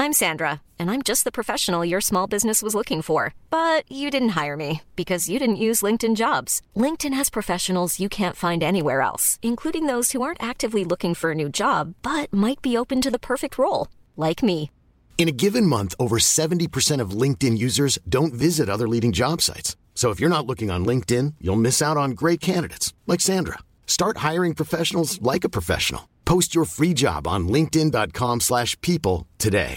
I'm Sandra, and I'm just the professional your small business was looking for. But you didn't hire me because you didn't use LinkedIn Jobs. LinkedIn has professionals you can't find anywhere else, including those who aren't actively looking for a new job, but might be open to the perfect role, like me. In a given month, over 70% of LinkedIn users don't visit other leading job sites. So if you're not looking on LinkedIn, you'll miss out on great candidates like Sandra. Start hiring professionals like a professional. Post your free job on linkedin.com/people today.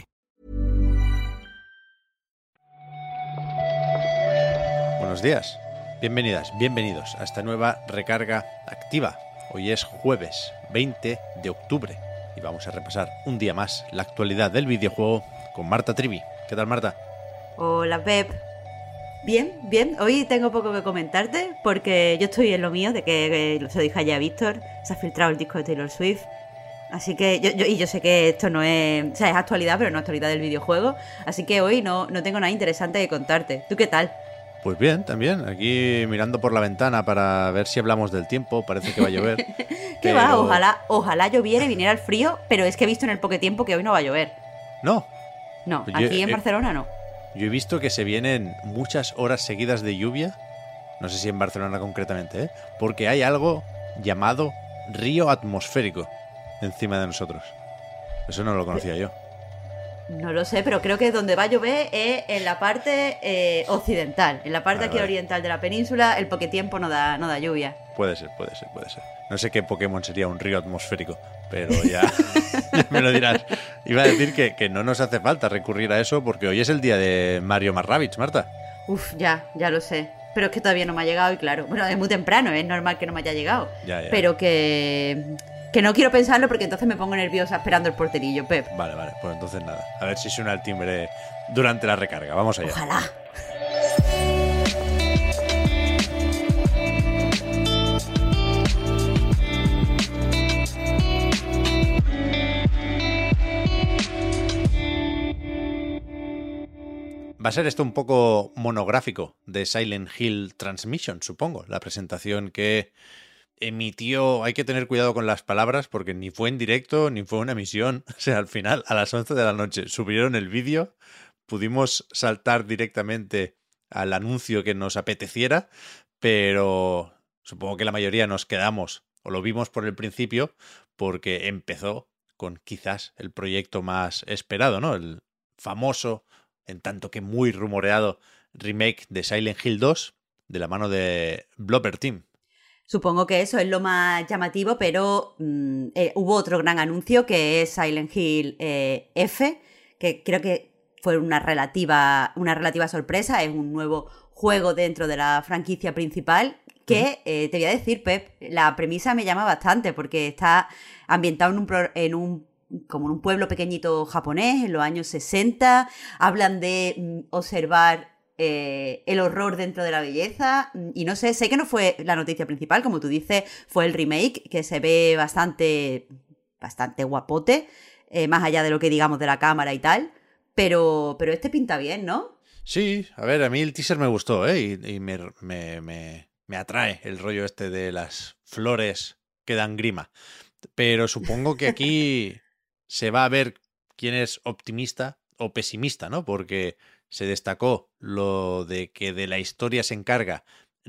Buenos días, bienvenidas, bienvenidos a esta nueva recarga activa. Hoy es jueves 20 de octubre y vamos a repasar un día más la actualidad del videojuego con Marta Trivi. ¿Qué tal, Marta? Hola, Pep. Bien, bien. Hoy tengo poco que comentarte porque yo estoy en lo mío, de que se lo dije ayer a Víctor, se ha filtrado el disco de Taylor Swift. Así que yo sé que esto no es... O sea, es actualidad, pero no actualidad del videojuego. Así que hoy no tengo nada interesante que contarte. ¿Tú qué tal? Pues bien, también. Aquí mirando por la ventana para ver si hablamos del tiempo. Parece que va a llover. ¿Qué va? Ojalá lloviera y viniera el frío, pero es que he visto en el Poquetiempo que hoy no va a llover. ¿No? No, Pues aquí en Barcelona no. Yo he visto que se vienen muchas horas seguidas de lluvia. No sé si en Barcelona concretamente, ¿eh? Porque hay algo llamado río atmosférico encima de nosotros. Eso no lo conocía yo. No lo sé, pero creo que donde va a llover es en la parte occidental. En la parte Vale, aquí vale. oriental de la península, el Poquetiempo no da lluvia. Puede ser. No sé qué Pokémon sería un río atmosférico, pero ya me lo dirás. Iba a decir que no nos hace falta recurrir a eso porque hoy es el día de Mario + Rabbids, Marta. Uf, ya lo sé. Pero es que todavía no me ha llegado y claro, bueno, es muy temprano, es normal que no me haya llegado. Ya. Pero que no quiero pensarlo porque entonces me pongo nerviosa esperando el porterillo, Pep. Vale, pues entonces nada. A ver si suena el timbre durante la recarga. Vamos allá. Ojalá. Va a ser esto un poco monográfico de Silent Hill Transmission, supongo. La presentación que emitió... Hay que tener cuidado con las palabras porque ni fue en directo ni fue una emisión. O sea, al final, a las 11 de la noche, subieron el vídeo. Pudimos saltar directamente al anuncio que nos apeteciera, pero supongo que la mayoría nos quedamos o lo vimos por el principio porque empezó con quizás el proyecto más esperado, ¿no? El famoso, en tanto que muy rumoreado, remake de Silent Hill 2 de la mano de Bloober Team. Supongo que eso es lo más llamativo, pero hubo otro gran anuncio que es Silent Hill F, que creo que fue una relativa sorpresa. Es un nuevo juego dentro de la franquicia principal que, te voy a decir, Pep, la premisa me llama bastante porque está ambientado en un pueblo pequeñito japonés en los años 60. Hablan de observar el horror dentro de la belleza y no sé que no fue la noticia principal, como tú dices, fue el remake que se ve bastante guapote, más allá de lo que digamos de la cámara y tal, pero este pinta bien, ¿no? Sí, a ver, a mí el teaser me gustó, ¿eh? Y me atrae el rollo este de las flores que dan grima. Pero supongo que aquí se va a ver quién es optimista o pesimista, ¿no? Porque se destacó lo de que de la historia se encarga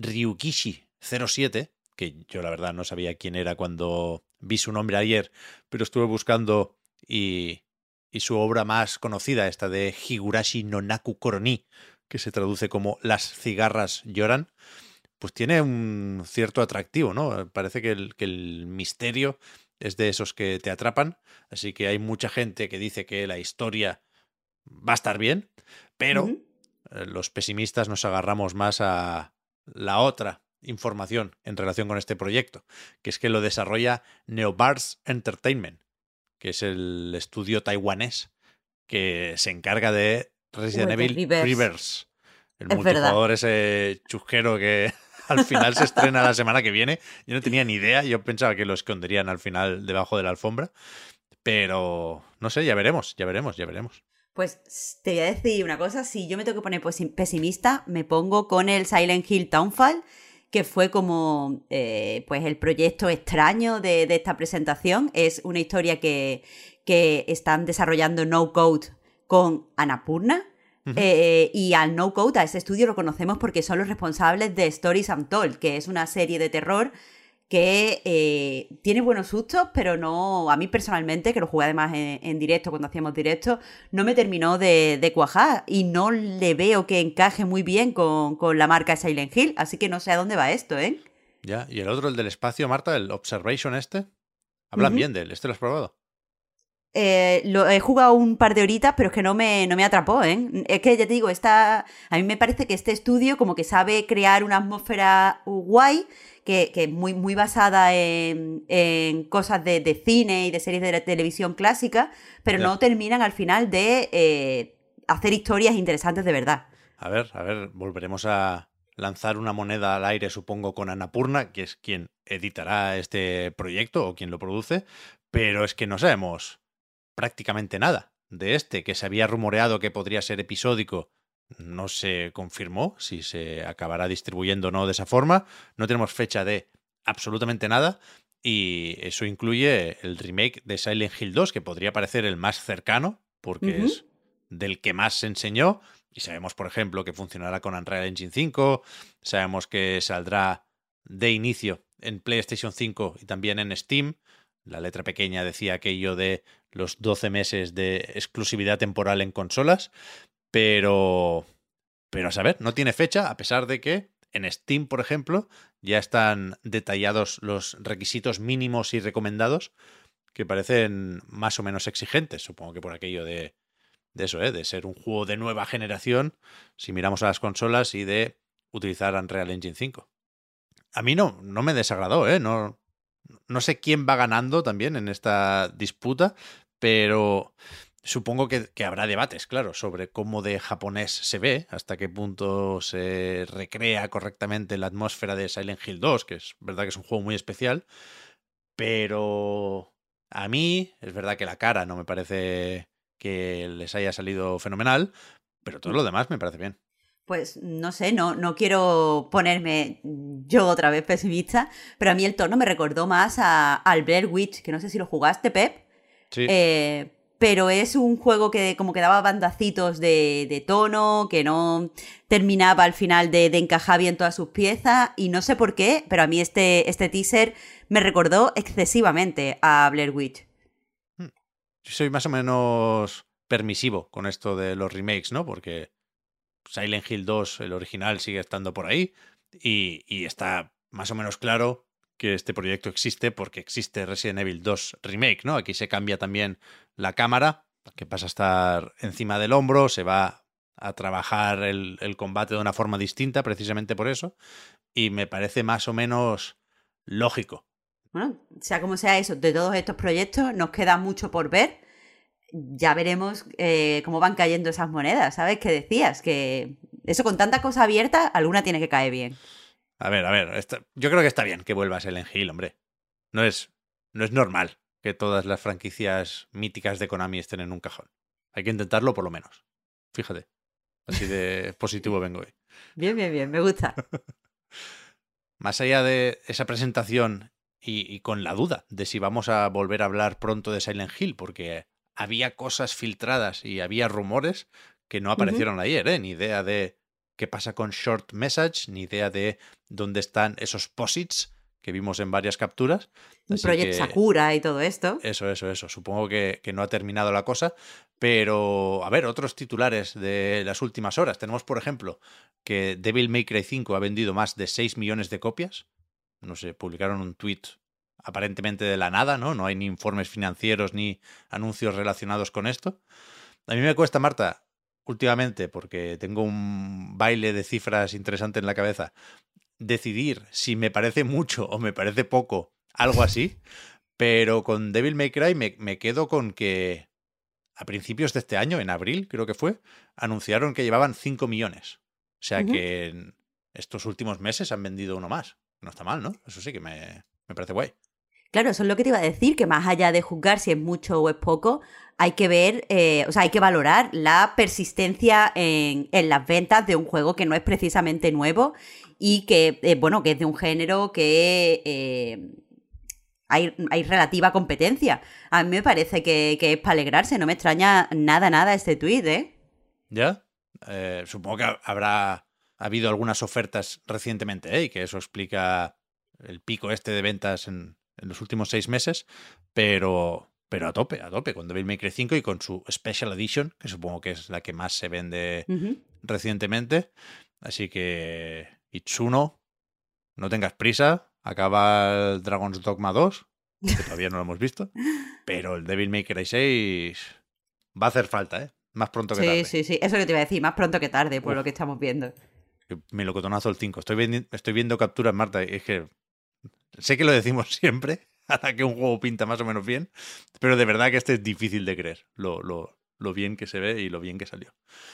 Ryukishi07, que yo la verdad no sabía quién era cuando vi su nombre ayer, pero estuve buscando y su obra más conocida, esta de Higurashi no Naku Koroni, que se traduce como Las cigarras lloran, pues tiene un cierto atractivo, ¿no? Parece que el misterio es de esos que te atrapan, así que hay mucha gente que dice que la historia va a estar bien, pero los pesimistas nos agarramos más a la otra información en relación con este proyecto, que es que lo desarrolla Neobards Entertainment, que es el estudio taiwanés que se encarga de Resident Evil Reverse, el multijugador ese chusquero que al final se estrena la semana que viene. Yo no tenía ni idea, yo pensaba que lo esconderían al final debajo de la alfombra, pero no sé, ya veremos. Pues te voy a decir una cosa, si yo me tengo que poner pesimista, me pongo con el Silent Hill Townfall, que fue como pues el proyecto extraño de esta presentación. Es una historia que están desarrollando no code con Annapurna. Y al No Code, a ese estudio lo conocemos porque son los responsables de Stories Untold, que es una serie de terror que tiene buenos sustos, pero no, a mí personalmente, que lo jugué además en directo, cuando hacíamos directo, no me terminó de cuajar y no le veo que encaje muy bien con la marca Silent Hill, así que no sé a dónde va esto, ¿eh? Ya, y el otro, el del espacio, Marta, el Observation hablan bien de él, ¿este lo has probado? Lo he jugado un par de horitas, pero es que no me atrapó, ¿eh? Es que ya te digo, a mí me parece que este estudio como que sabe crear una atmósfera guay, que es muy, muy basada en cosas de cine y de series de televisión clásica, pero no terminan al final de hacer historias interesantes de verdad. A ver, volveremos a lanzar una moneda al aire, supongo, con Annapurna, que es quien editará este proyecto o quien lo produce, pero es que no sabemos prácticamente nada de este, que se había rumoreado que podría ser episódico. No se confirmó si se acabará distribuyendo o no de esa forma. No tenemos fecha de absolutamente nada. Y eso incluye el remake de Silent Hill 2, que podría parecer el más cercano, porque es del que más se enseñó. Y sabemos, por ejemplo, que funcionará con Unreal Engine 5. Sabemos que saldrá de inicio en PlayStation 5 y también en Steam. La letra pequeña decía aquello de los 12 meses de exclusividad temporal en consolas. Pero a saber, no tiene fecha, a pesar de que en Steam, por ejemplo, ya están detallados los requisitos mínimos y recomendados, que parecen más o menos exigentes. Supongo que por aquello de eso, de ser un juego de nueva generación, si miramos a las consolas, y de utilizar Unreal Engine 5. A mí no me desagradó, no sé quién va ganando también en esta disputa, pero supongo que habrá debates, claro, sobre cómo de japonés se ve, hasta qué punto se recrea correctamente la atmósfera de Silent Hill 2, que es verdad que es un juego muy especial, pero a mí es verdad que la cara no me parece que les haya salido fenomenal, pero todo lo demás me parece bien. Pues no sé, no quiero ponerme yo otra vez pesimista, pero a mí el tono me recordó más al Blair Witch, que no sé si lo jugaste, Pep. Sí. Pero es un juego que como que daba bandacitos de tono, que no terminaba al final de encajar bien todas sus piezas, y no sé por qué, pero a mí este teaser me recordó excesivamente a Blair Witch. Yo soy más o menos permisivo con esto de los remakes, ¿no? Porque Silent Hill 2, el original, sigue estando por ahí y está más o menos claro que este proyecto existe porque existe Resident Evil 2 Remake, ¿no? Aquí se cambia también la cámara, que pasa a estar encima del hombro, se va a trabajar el combate de una forma distinta precisamente por eso, y me parece más o menos lógico. Bueno, sea como sea eso, de todos estos proyectos nos queda mucho por ver. Ya veremos cómo van cayendo esas monedas, ¿sabes? Que decías, que eso con tanta cosa abierta, alguna tiene que caer bien. A ver, yo creo que está bien que vuelva a Silent Hill, hombre. No es normal que todas las franquicias míticas de Konami estén en un cajón. Hay que intentarlo por lo menos. Fíjate, así de positivo vengo hoy. Bien, me gusta. Más allá de esa presentación y con la duda de si vamos a volver a hablar pronto de Silent Hill, porque había cosas filtradas y había rumores que no aparecieron ayer, Ni idea de qué pasa con Short Message, ni idea de dónde están esos posits que vimos en varias capturas. Project Sakura y todo esto. Eso. Supongo que no ha terminado la cosa. Pero, a ver, otros titulares de las últimas horas. Tenemos, por ejemplo, que Devil May Cry 5 ha vendido más de 6 millones de copias. No sé, publicaron un tweet aparentemente de la nada, ¿no? No hay ni informes financieros ni anuncios relacionados con esto. A mí me cuesta, Marta, últimamente, porque tengo un baile de cifras interesante en la cabeza, decidir si me parece mucho o me parece poco, algo así, pero con Devil May Cry me quedo con que a principios de este año, en abril creo que fue, anunciaron que llevaban 5 millones. O sea que en estos últimos meses han vendido uno más. No está mal, ¿no? Eso sí que me parece guay. Claro, eso es lo que te iba a decir, que más allá de juzgar si es mucho o es poco, hay que ver, hay que valorar la persistencia en las ventas de un juego que no es precisamente nuevo y que, que es de un género que hay relativa competencia. A mí me parece que es para alegrarse, no me extraña nada este tuit, ¿eh? ¿Ya? Supongo que ha habido algunas ofertas recientemente, ¿eh? Y que eso explica el pico este de ventas en los últimos 6 meses, pero a tope, con Devil May Cry 5 y con su Special Edition, que supongo que es la que más se vende recientemente. Así que, Itsuno, no tengas prisa, acaba el Dragon's Dogma 2, que todavía no lo hemos visto, pero el Devil May Cry 6 va a hacer falta, ¿eh? Más pronto que tarde. Sí, eso es lo que te iba a decir, más pronto que tarde, por lo que estamos viendo. Melocotonazo el 5. Estoy viendo capturas, Marta, y es que sé que lo decimos siempre, hasta que un juego pinta más o menos bien, pero de verdad que este es difícil de creer, lo bien que se ve y lo bien que salió.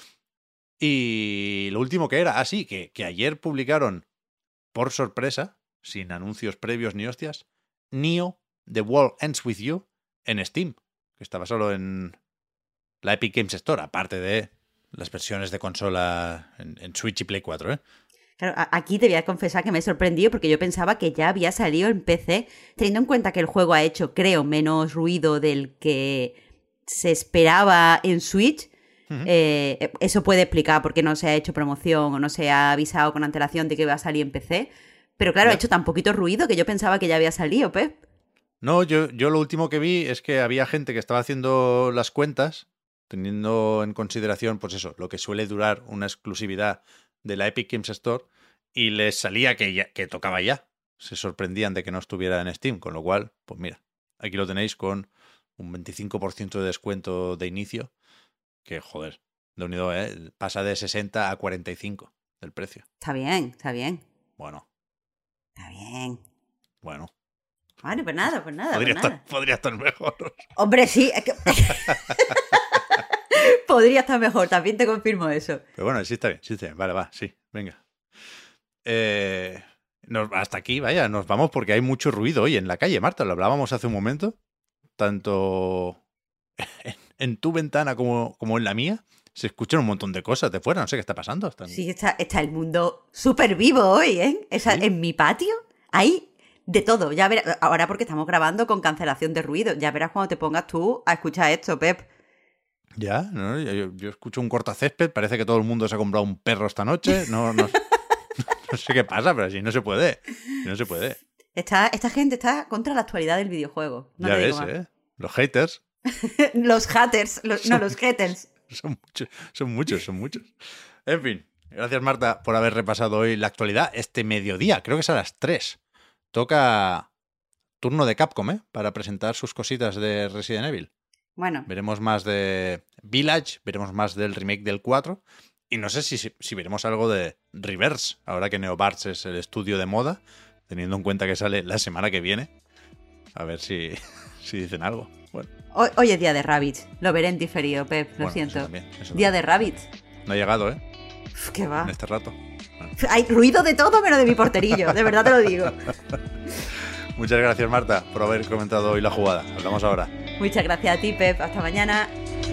Y lo último que era, sí, que ayer publicaron, por sorpresa, sin anuncios previos ni hostias, Nioh The World Ends With You en Steam, que estaba solo en la Epic Games Store, aparte de las versiones de consola en Switch y Play 4, ¿eh? Claro, aquí te voy a confesar que me he sorprendido porque yo pensaba que ya había salido en PC, teniendo en cuenta que el juego ha hecho, creo, menos ruido del que se esperaba en Switch. Eso puede explicar por qué no se ha hecho promoción o no se ha avisado con antelación de que va a salir en PC. Pero claro, ha hecho tan poquito ruido que yo pensaba que ya había salido, Pep. No, yo lo último que vi es que había gente que estaba haciendo las cuentas teniendo en consideración, pues eso, lo que suele durar una exclusividad de la Epic Games Store, y les salía que tocaba ya. Se sorprendían de que no estuviera en Steam, con lo cual, pues mira, aquí lo tenéis con un 25% de descuento de inicio, que joder, de unido, pasa de 60 a 45 del precio. Está bien. Bueno. Está bien. Bueno. Vale, pues nada. Podría estar mejor. Hombre, sí. Es que... Podría estar mejor, también te confirmo eso. Pero bueno, sí está bien. Vale, va, sí, venga. Hasta aquí, vaya, nos vamos porque hay mucho ruido hoy en la calle, Marta. Lo hablábamos hace un momento. Tanto en tu ventana como en la mía. Se escuchan un montón de cosas de fuera, no sé qué está pasando. Sí, está el mundo súper vivo hoy, ¿eh? ¿Sí? En mi patio hay de todo. Ya verás, ahora porque estamos grabando con cancelación de ruido. Ya verás cuando te pongas tú a escuchar esto, Pep. Ya, ¿no? Yo escucho un cortacésped, parece que todo el mundo se ha comprado un perro esta noche. No sé qué pasa, pero así no se puede. No se puede. Esta gente está contra la actualidad del videojuego. No ya ves, ¿eh? Los haters. Los haters, los haters. Son muchos. En fin, gracias Marta por haber repasado hoy la actualidad este mediodía. Creo que es a las 3. Toca turno de Capcom, ¿eh? Para presentar sus cositas de Resident Evil. Bueno. Veremos más de Village, veremos más del remake del 4 y no sé si veremos algo de Reverse, ahora que Neobarts es el estudio de moda, teniendo en cuenta que sale la semana que viene. A ver si dicen algo. Bueno. Hoy es día de Rabbids, lo veré en diferido, Pep, lo siento. Eso también. Día de Rabbids. No ha llegado, ¿eh? ¿Qué va? En este rato. Bueno. Hay ruido de todo menos de mi porterillo, de verdad te lo digo. Muchas gracias, Marta, por haber comentado hoy la jugada. Hablamos ahora. Muchas gracias a ti, Pep. Hasta mañana.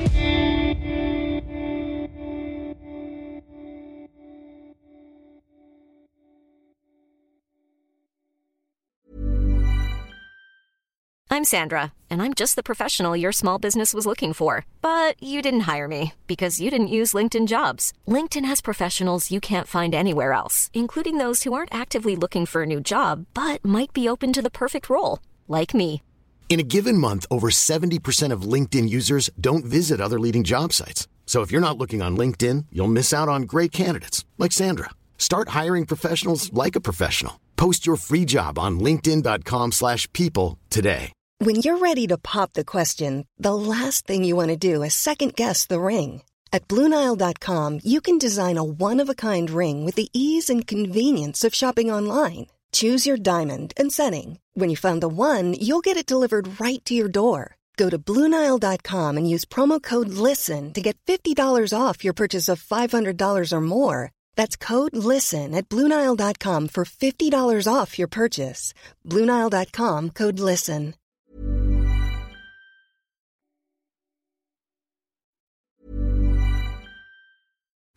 I'm Sandra, and I'm just the professional your small business was looking for. But you didn't hire me because you didn't use LinkedIn Jobs. LinkedIn has professionals you can't find anywhere else, including those who aren't actively looking for a new job, but might be open to the perfect role, like me. In a given month, over 70% of LinkedIn users don't visit other leading job sites. So if you're not looking on LinkedIn, you'll miss out on great candidates like Sandra. Start hiring professionals like a professional. Post your free job on linkedin.com/people today. When you're ready to pop the question, the last thing you want to do is second-guess the ring. At BlueNile.com, you can design a one-of-a-kind ring with the ease and convenience of shopping online. Choose your diamond and setting. When you find the one, you'll get it delivered right to your door. Go to BlueNile.com and use promo code LISTEN to get $50 off your purchase of $500 or more. That's code LISTEN at BlueNile.com for $50 off your purchase. BlueNile.com, code LISTEN.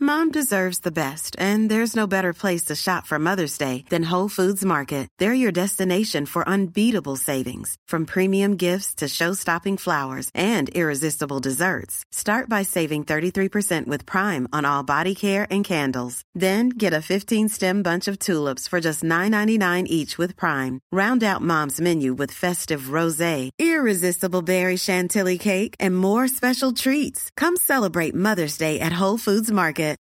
Mom deserves the best, and there's no better place to shop for Mother's Day than Whole Foods Market. They're your destination for unbeatable savings, from premium gifts to show-stopping flowers and irresistible desserts. Start by saving 33% with Prime on all body care and candles. Then get a 15-stem bunch of tulips for just $9.99 each with Prime. Round out Mom's menu with festive rosé, irresistible berry chantilly cake, and more special treats. Come celebrate Mother's Day at Whole Foods Market.